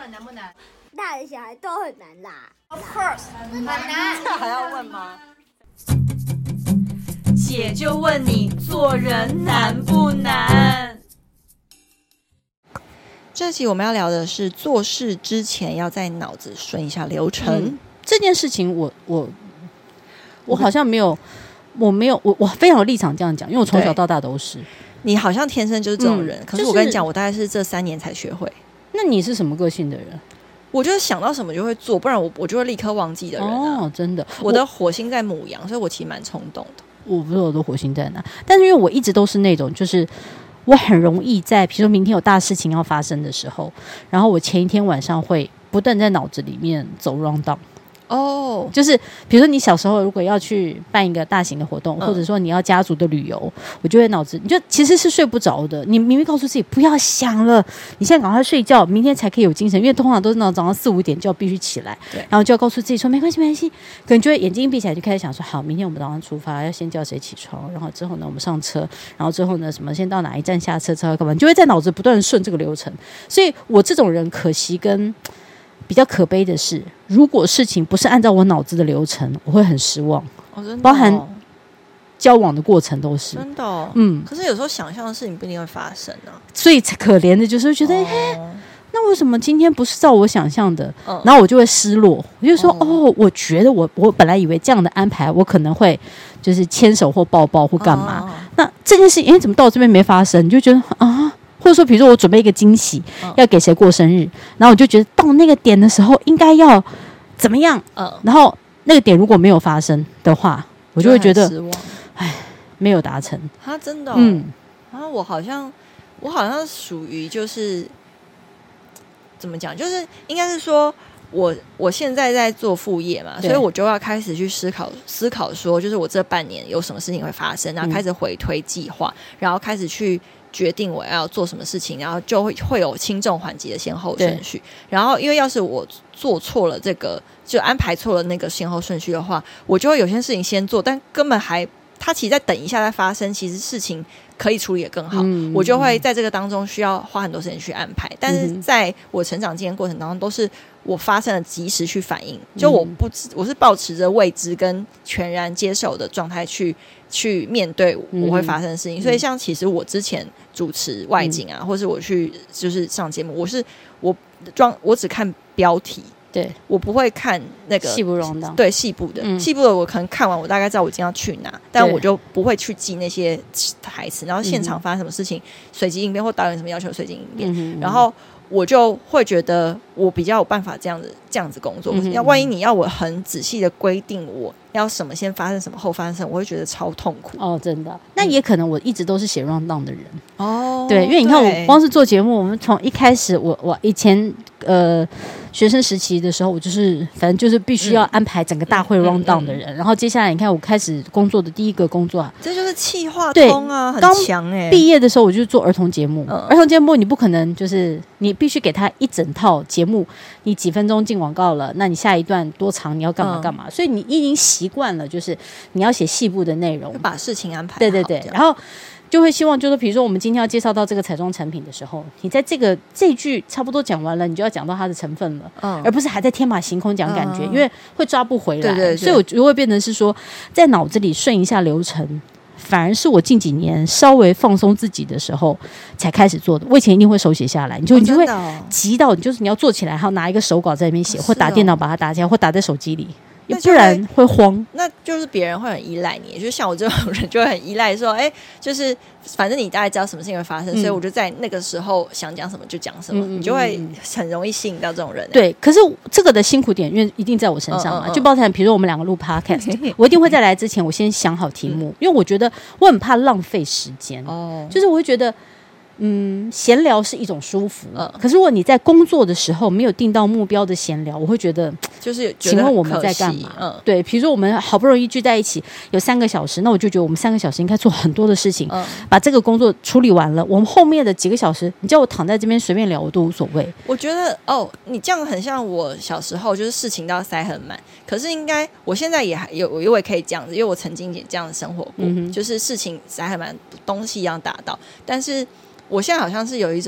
本难不难？ 大人小孩都很难啦。 Of course， 很难。 这还要问吗？ 姐就问你，做人难不难？ 这期我们要聊的是做事之前要在脑子顺一下流程。 这件事情我好像没有，我非常有立场这样讲，因为我从小到大都是。 你好像天生就是这种人，可是我跟你讲，我大概是这3年才学会。 那你是什么个性的人？ 我就是想到什么就会做，不然我就会立刻忘记的人啊。 哦，真的， 我的火星在牡羊，所以我其实蛮冲动的。 我不知道我的火星在哪，但是因为我一直都是那种，就是我很容易在，比如说明天有大事情要发生的时候，然后我前一天晚上会不断在脑子里面走 round down。哦，就是比如说你小时候如果要去办一个大型的活动，或者说你要家族的旅游，我就会脑子你就其实是睡不着的，你明明告诉自己不要想了，你现在赶快睡觉，明天才可以有精神，因为通常都是那种早上4、5点就要必须起来，然后就要告诉自己说没关系没关系，可能就会眼睛闭起来就开始想说好，明天我们早上出发，要先叫谁起床，然后之后呢我们上车，然后之后呢什么先到哪一站下车，之后要干嘛，你就会在脑子不断的顺这个流程。所以我这种人可惜跟比较可悲的是，如果事情不是按照我脑子的流程，我会很失望。 哦，真的哦， 包含交往的过程都是真的哦。可是有时候想象的事情不一定会发生啊。 所以可怜的就是觉得，那为什么今天不是照我想象的？然后我就会失落，我就说，我觉得我本来以为这样的安排，我可能会就是牵手或抱抱或干嘛。那这件事情，怎么到这边没发生？你就觉得啊。或者说比如说我准备一个惊喜，要给谁过生日，然后我就觉得到那个点的时候应该要怎么样，然后那个点如果没有发生的话，我就会觉得失望， 没有达成。 真的然后我好像属于就是怎么讲，就是应该是说我现在在做副业嘛，所以我就要开始去思考说，就是我这半年有什么事情会发生，然后开始回推计划，然后开始去决定我要做什么事情，然后就会有轻重缓急的先后顺序。然后因为要是我做错了这个，就安排错了那个先后顺序的话，我就会有些事情先做，但根本它其实在等一下再发生，其实事情可以处理得更好，我就会在这个当中需要花很多时间去安排。但是在我成长经验过程当中，都是我发生了及时去反应，就我是抱持着未知跟全然接受的状态去面对我会发生的事情。所以像其实我之前主持外景啊，或是我去就是上节目，我只看标题。对，我不会看那个细部容当， 对细部的，细部的我可能看完，我大概知道我今天要去哪，但我就不会去记那些台词，然后现场发生什么事情，随机应变或导演什么要求随机应变，然后我就会觉得我比较有办法这样子工作。要万一你要我很仔细的规定我要什么先发生什么后发生什么，我会觉得超痛苦。真的。那也可能我一直都是写 round down 的人。对，因为你看我光是做节目，我们从一开始我以前学生时期的时候，我就是反正就是必须要安排整个大会 round down 的人。然后接下来你看我开始工作的第一个工作这就是企划通啊，很强毕业的时候我就做儿童节目，儿童节目你不可能就是你必须给他一整套节目，你几分钟进广告了，那你下一段多长你要干嘛干嘛，所以你已经习惯了，就是你要写细部的内容， 把事情安排好。 对，然后就会希望就是比如说我们今天要介绍到这个彩妆产品的时候，你在这句差不多讲完了，你就要讲到它的成分了，而不是还在天马行空讲感觉，因为会抓不回来。对，所以我就会变成是说在脑子里顺一下流程，反而是我近几年稍微放松自己的时候才开始做的。我以前一定会手写下来，你就会急到就是你要做起来，还要拿一个手稿在那边写，或打电脑把它打起来，或打在手机里，不然会慌。 那就是别人会很依赖你，就是像我这种人就会很依赖说，就是反正你大概知道什么事情会发生，所以我就在那个时候想讲什么就讲什么，你就会很容易吸引到这种人。 对，可是这个的辛苦点因为一定在我身上嘛，就包含比如说我们两个录 podcast， 我一定会在来之前我先想好题目，因为我觉得我很怕浪费时间，就是我会觉得闲聊是一种舒服，可是如果你在工作的时候没有定到目标的闲聊，我会觉得就是请问我们在干嘛？对，比如说我们好不容易聚在一起有3个小时，那我就觉得我们3个小时应该做很多的事情，把这个工作处理完了，我们后面的几个小时你叫我躺在这边随便聊我都无所谓。 我觉得你这样很像我小时候，就是事情都要塞很满，可是应该我现在也可以这样子，因为我曾经也这样生活过，就是事情塞很满，东西一样达到，但是我现在好像是有一种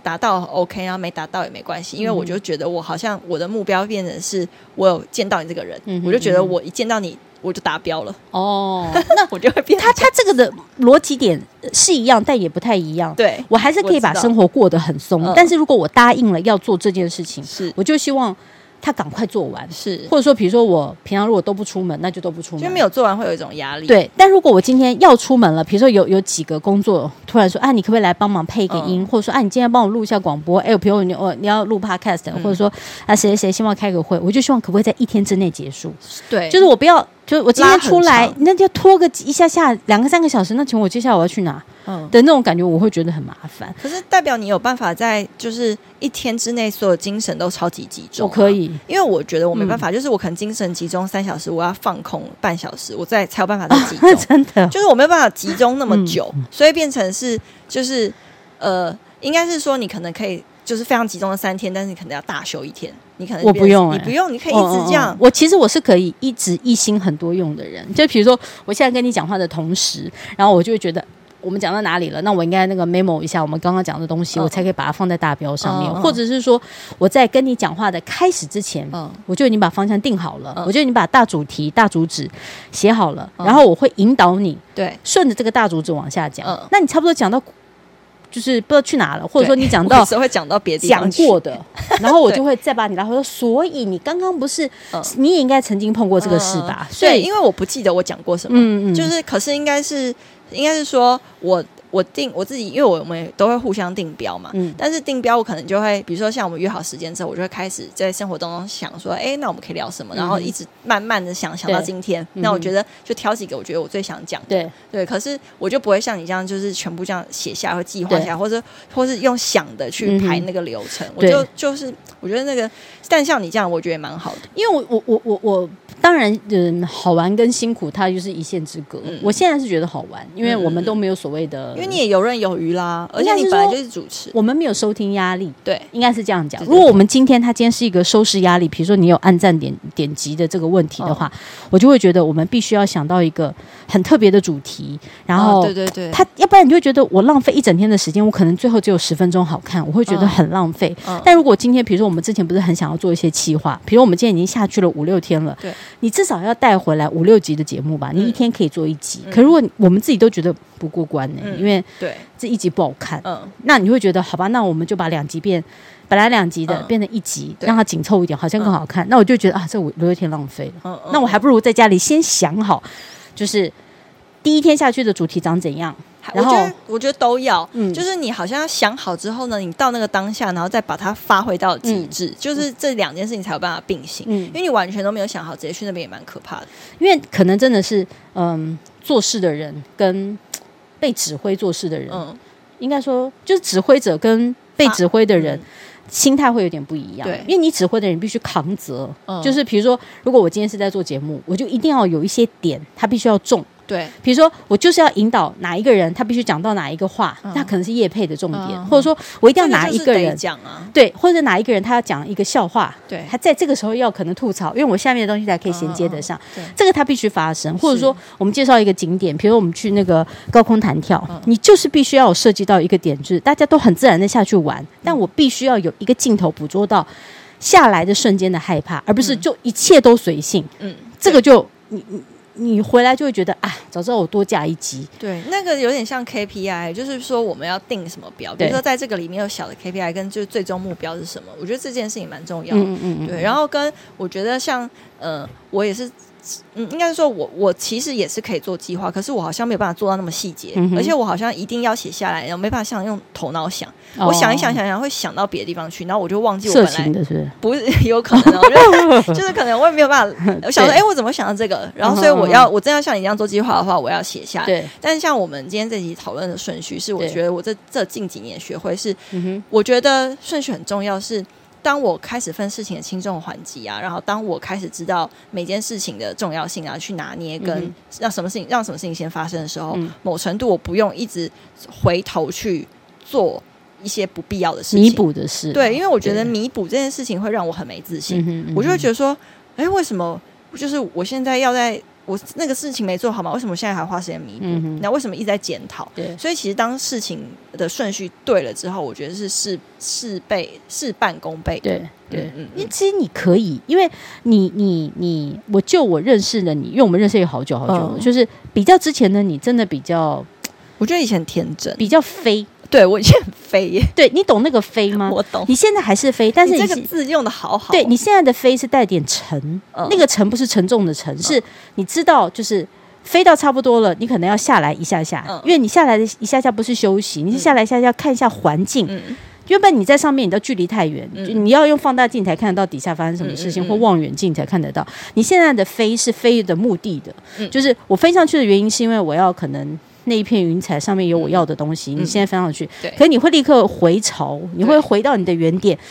达到 OK， 然后没达到也没关系，因为我就觉得我好像我的目标变成是我有见到你这个人，我就觉得我一见到你我就达标了。那我就会变成他这个的逻辑点是一样，但也不太一样。 对， 我还是可以把生活过得很松，但是如果我答应了要做这件事情，我就希望他赶快做完， 是， 或者说比如说我平常如果都不出门，那就都不出门， 就没有做完会有一种压力。 对，但如果我今天要出门了，比如说有几个工作突然说啊，你可不可以来帮忙配一个音，或者说啊，你今天帮我录一下广播，比如你要录 podcast，或者说啊谁希望开个会，我就希望可不可以在1天之内结束。 对， 就是我不要，就是我今天出来那就拖个一下2个3个小时，那请问我接下来我要去哪？的那种感觉我会觉得很麻烦。 可是代表你有办法在就是1天之内所有精神都超级集中。 我可以， 因为我觉得我没办法，就是我可能精神集中3小时，我要放空半小时，我才有办法再集中。 真的， 就是我没有办法集中那么久，所以变成是就是应该是说你可能可以就是非常集中的3天，但是你可能要大休1天。你可能我不用， 你不用，你可以一直这样。 我其实我是可以一直一心很多用的人，就比如说我现在跟你讲话的同时，然后我就会觉得我们讲到哪里了，那我应该那个 memo 一下我们刚刚讲的东西，我才可以把它放在大标上面，或者是说我在跟你讲话的开始之前，我就已经把方向定好了，我就已经把大主题大主旨写好了，然后我会引导你对顺着这个大主旨往下讲，那你差不多讲到就是不知道去哪了，或者说你讲到会讲到别的地方讲过的，然后我就会再把你拉回说，所以你刚刚不是你也应该曾经碰过这个事吧？所以因为我不记得我讲过什么，就是可是应该是说我定我自己，因为我们都会互相定标嘛，但是定标我可能就会，比如说像我们约好时间之后，我就会开始在生活当中想说，那我们可以聊什么，然后一直慢慢的想到今天，那我觉得就挑几个我觉得我最想讲的，对，可是我就不会像你这样，就是全部这样写下或计划下来，或是用想的去排那个流程，我就是我觉得那个，但像你这样，我觉得也蛮好的， 因为我当然好玩跟辛苦它就是一线之隔，我现在是觉得好玩，因为我们都没有所谓的。 因为你也游刃有余啦，而且你本来就是主持， 我们没有收听压力， 对， 应该是这样讲。如果我们今天是一个收视压力，比如说你有按赞点击的这个问题的话，我就会觉得我们必须要想到一个很特别的主题，然后对，他要不然你就会觉得我浪费一整天的时间，我可能最后只有10分钟好看，我会觉得很浪费。但如果今天比如说我们之前不是很想要做一些企划，比如我们今天已经下去了5-6天了，对，你至少要带回来5-6集的节目吧，你1天可以做1集，可如果我们自己都觉得不过关因为对这1集不好看，那你会觉得好吧，那我们就把2集本来2集的变成1集，让它紧凑一点，好像更好看。那我就觉得这5-6天浪费了，那我还不如在家里先想好，就是第1天下去的主题长怎样。然后我觉得都要，就是你好像要想好之后呢，你到那个当下，然后再把它发挥到极致，就是这2件事情才有办法并行。因为你完全都没有想好，直接去那边也蛮可怕的。 因为可能真的是，做事的人跟被指挥做事的人，应该说就是指挥者跟被指挥的人。心态会有点不一样，因为你指挥的人必须扛责，就是比如说，如果我今天是在做节目，我就一定要有一些点，他必须要中。对，比如说我就是要引导哪一个人，他必须讲到哪一个话，那可能是业配的重点，或者说我一定要哪一个人讲啊， 对，或者哪一个人他要讲一个笑话，对，他在这个时候要可能吐槽，因为我下面的东西才可以衔接得上，这个他必须发生，或者说我们介绍一个景点，比如说我们去那个高空弹跳，你就是必须要有涉及到一个点，就是大家都很自然的下去玩，但我必须要有一个镜头捕捉到下来的瞬间的害怕，而不是就一切都随性，这个就你回来就会觉得早知道我多加1集。 对，那个有点像 KPI， 就是说我们要定什么标，比如说在这个里面有小的 KPI 跟就最终目标是什么，我觉得这件事情蛮重要的。对，然后跟我觉得像我也是。应该是说我其实也是可以做计划，可是我好像没有办法做到那么细节，而且我好像一定要写下来，然后没办法像用头脑想，我想一想会想到别的地方去，然后我就忘记我本来的是不是有可能就是可能我也没有办法，我想说我怎么想到这个，然后所以我真要像你这样做计划的话，我要写下来。对，但是像我们今天这集讨论的顺序是，我觉得我这近几年学会是，我觉得顺序很重要是。当我开始分事情的轻重缓急啊，然后当我开始知道每件事情的重要性啊，去拿捏跟让什么事情先发生的时候，某程度我不用一直回头去做一些不必要的事情， 弥补的事。 对，因为我觉得弥补这件事情会让我很没自信，我就会觉得说，为什么就是我现在要在我那个事情没做好吗？为什么现在还花时间弥补？那为什么一直在检讨？ 对， 所以其实当事情的顺序对了之后，我觉得是事半功倍的。 对，因为其实你可以，因为你，我认识的你，因为我们认识也好久了，就是比较之前的你，真的比较， 我觉得以前天真， 比较飞。 对，我以前很飞耶。 对，你懂那个飞吗？ 我懂。 你现在还是飞，但是你这个字用的好好。 对，你现在的飞是带点沉，那个沉不是沉重的沉，是你知道，就是飞到差不多了，你可能要下来一下下，因为你下来的一下下不是休息，你是下来一下下看一下环境。原本你在上面，你的距离太远，就你要用放大镜才看得到底下发生什么事情，或望远镜才看得到。你现在的飞是飞的目的的，就是我飞上去的原因是因为我要可能那一片云彩上面有我要的东西，你现在飞上去，可是你会立刻回潮，你会回到你的原点，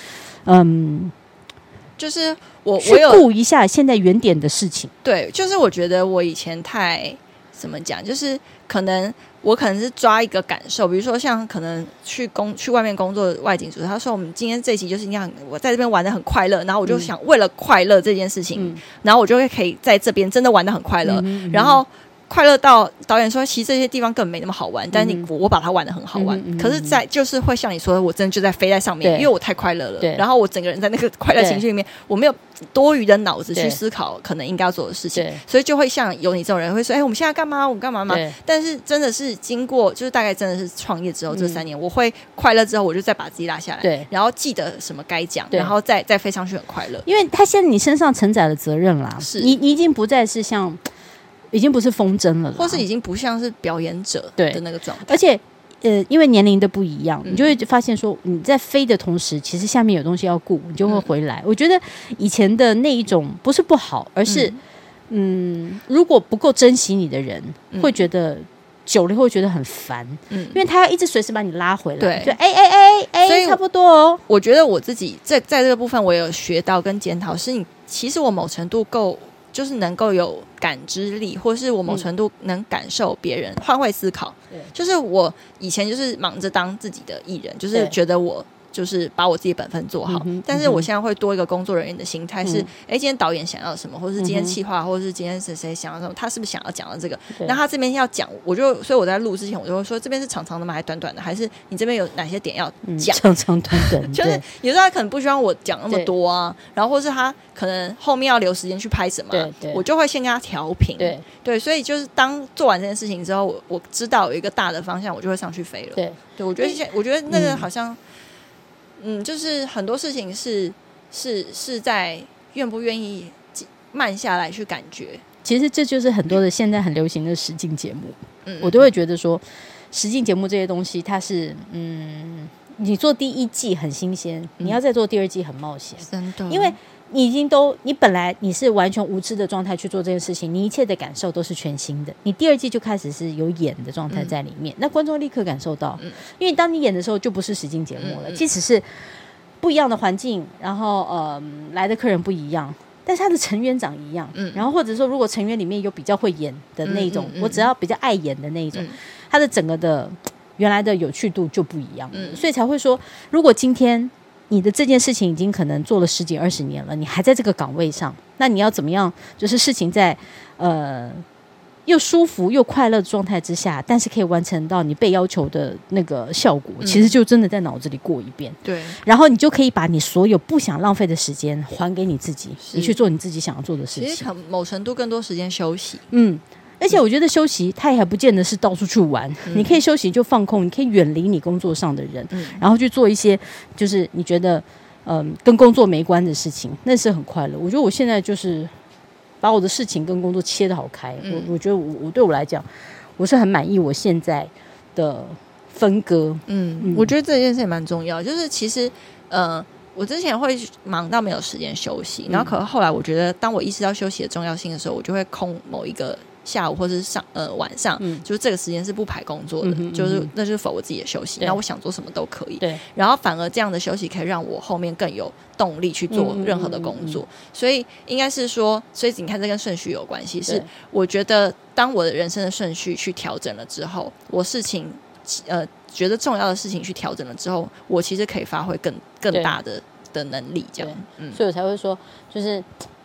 就是我去顾一下现在原点的事情。 对，就是我觉得我以前太怎么讲，就是我可能是抓一个感受，比如说像可能去外面工作的外景组，他说我们今天这一集就是一样，我在这边玩得很快乐，然后我就想为了快乐这件事情，然后我就会可以在这边真的玩得很快乐，然后快乐到导演说其实这些地方根本没那么好玩，但是我把它玩得很好玩，可是就是会像你说的，我真的就在飞在上面，因为我太快乐了，然后我整个人在那个快乐情绪里面，我没有多余的脑子去思考可能应该要做的事情，所以就会像有你这种人会说我们现在干嘛，我们干嘛嘛，但是真的是经过就是大概真的是创业之后这3年，我会快乐之后我就再把自己拉下来，然后记得什么该讲，然后再飞上去很快乐， 因为他现在你身上承载了责任啦，是你已经不再是像已经不是风筝了啦， 或是已经不像是表演者的那个状态， 而且因为年龄的不一样，你就会发现说你在飞的同时，其实下面有东西要顾，你就会回来。我觉得以前的那一种不是不好，而是如果不够珍惜你的人，会觉得久了会觉得很烦，因为他要一直随时把你拉回来，就所以差不多哦。 我觉得我自己在这个部分我有学到跟检讨，是其实我某程度就是能够有感知力，或是我某程度能感受别人，换位思考。就是我以前就是忙着当自己的艺人，就是觉得我就是把我自己本分做好，但是我现在会多一个工作人员的心态，是今天导演想要什么，或是今天企划，或是今天谁想要什么，他是不是想要讲到这个，那他这边要讲，所以我在录之前我就会说这边是长长的吗，还是短短的，还是你这边有哪些点要讲， 长长短短就是有时候他可能不希望我讲那么多啊，然后或是他可能后面要留时间去拍什么，我就会先跟他调频，对，所以就是当做完这件事情之后，我知道有一个大的方向，我就会上去飞了。对，我觉得那个好像，就是很多事情是在愿不愿意慢下来去感觉。 其实这就是很多的现在很流行的实境节目，我都会觉得说，实境节目这些东西，它是你做第1季很新鲜，你要再做第2季很冒险， 真的， 因为你本来你是完全无知的状态去做这件事情，你一切的感受都是全新的。你第2季就开始是有演的状态在里面，那观众立刻感受到，因为当你演的时候就不是实境节目了，即使是不一样的环境，然后来的客人不一样，但是他的成员长一样，然后或者说如果成员里面有比较会演的那一种，我只要比较爱演的那一种，他的整个的原来的有趣度就不一样，所以才会说，如果今天你的这件事情已经可能做了10几20年了，你还在这个岗位上，那你要怎么样？就是事情在又舒服又快乐的状态之下，但是可以完成到你被要求的那个效果，其实就真的在脑子里过一遍。 对， 然后你就可以把你所有不想浪费的时间还给你自己，你去做你自己想要做的事情。 其实某程度更多时间休息。 而且我觉得休息它也还不见得是到处去玩，你可以休息就放空，你可以远离你工作上的人，然后去做一些就是你觉得跟工作没关的事情，那是很快乐。我觉得我现在就是把我的事情跟工作切得好开，我觉得我对我来讲，我是很满意我现在的分割。 我觉得这件事也蛮重要，就是其实我之前会忙到没有时间休息，然后可是后来我觉得当我意识到休息的重要性的时候，我就会空某一个下午或者是晚上，就是这个时间是不排工作的，就是那就是否我自己的休息，那我想做什么都可以。对，然后反而这样的休息可以让我后面更有动力去做任何的工作。所以应该是说，所以你看这跟顺序有关系，是我觉得当我的人生的顺序去调整了之后，我事情觉得重要的事情去调整了之后，我其实可以发挥更大的能力，这样。 所以我才会说，就是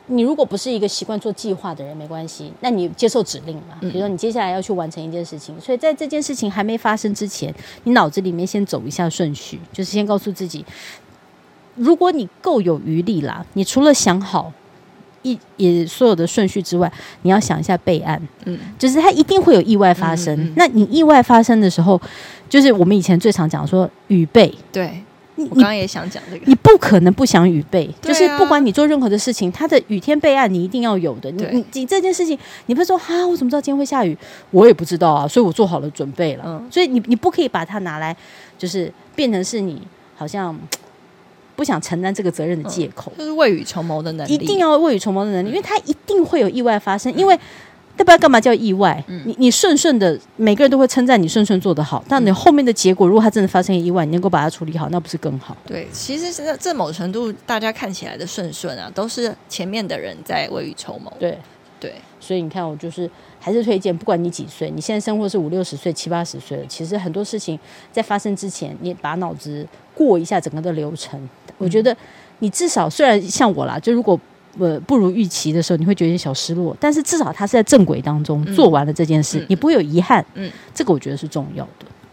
你如果不是一个习惯做计划的人，没关系，那你接受指令嘛。比如说你接下来要去完成一件事情，所以在这件事情还没发生之前，你脑子里面先走一下顺序，就是先告诉自己，如果你够有余力啦，你除了想好也所有的顺序之外，你要想一下备案，就是它一定会有意外发生。那你意外发生的时候，就是我们以前最常讲说预备， 对。我刚刚也想讲这个， 你不可能不想预备，就是不管你做任何的事情，它的雨天备案你一定要有的。你这件事情，你不是说哈，我怎么知道今天会下雨？我也不知道啊，所以我做好了准备了。所以你不可以把它拿来，就是变成是你好像不想承担这个责任的借口， 就是未雨绸缪的能力， 一定要未雨绸缪的能力，因为它一定会有意外发生，因为。要不然干嘛叫意外？你顺顺的，每个人都会称赞你顺顺做得好，但你后面的结果，如果它真的发生意外，你能够把它处理好，那不是更好？ 对，其实这某程度大家看起来的顺顺啊，都是前面的人在未雨绸缪。 对，所以你看，我就是还是推荐，不管你几岁，你现在生活是50-60岁、70-80岁了，其实很多事情在发生之前，你把脑子过一下整个的流程，我觉得你至少虽然像我啦，就如果不如预期的时候，你会觉得有点小失落，但是至少他是在正轨当中做完了这件事，你不会有遗憾。这个我觉得是重要的。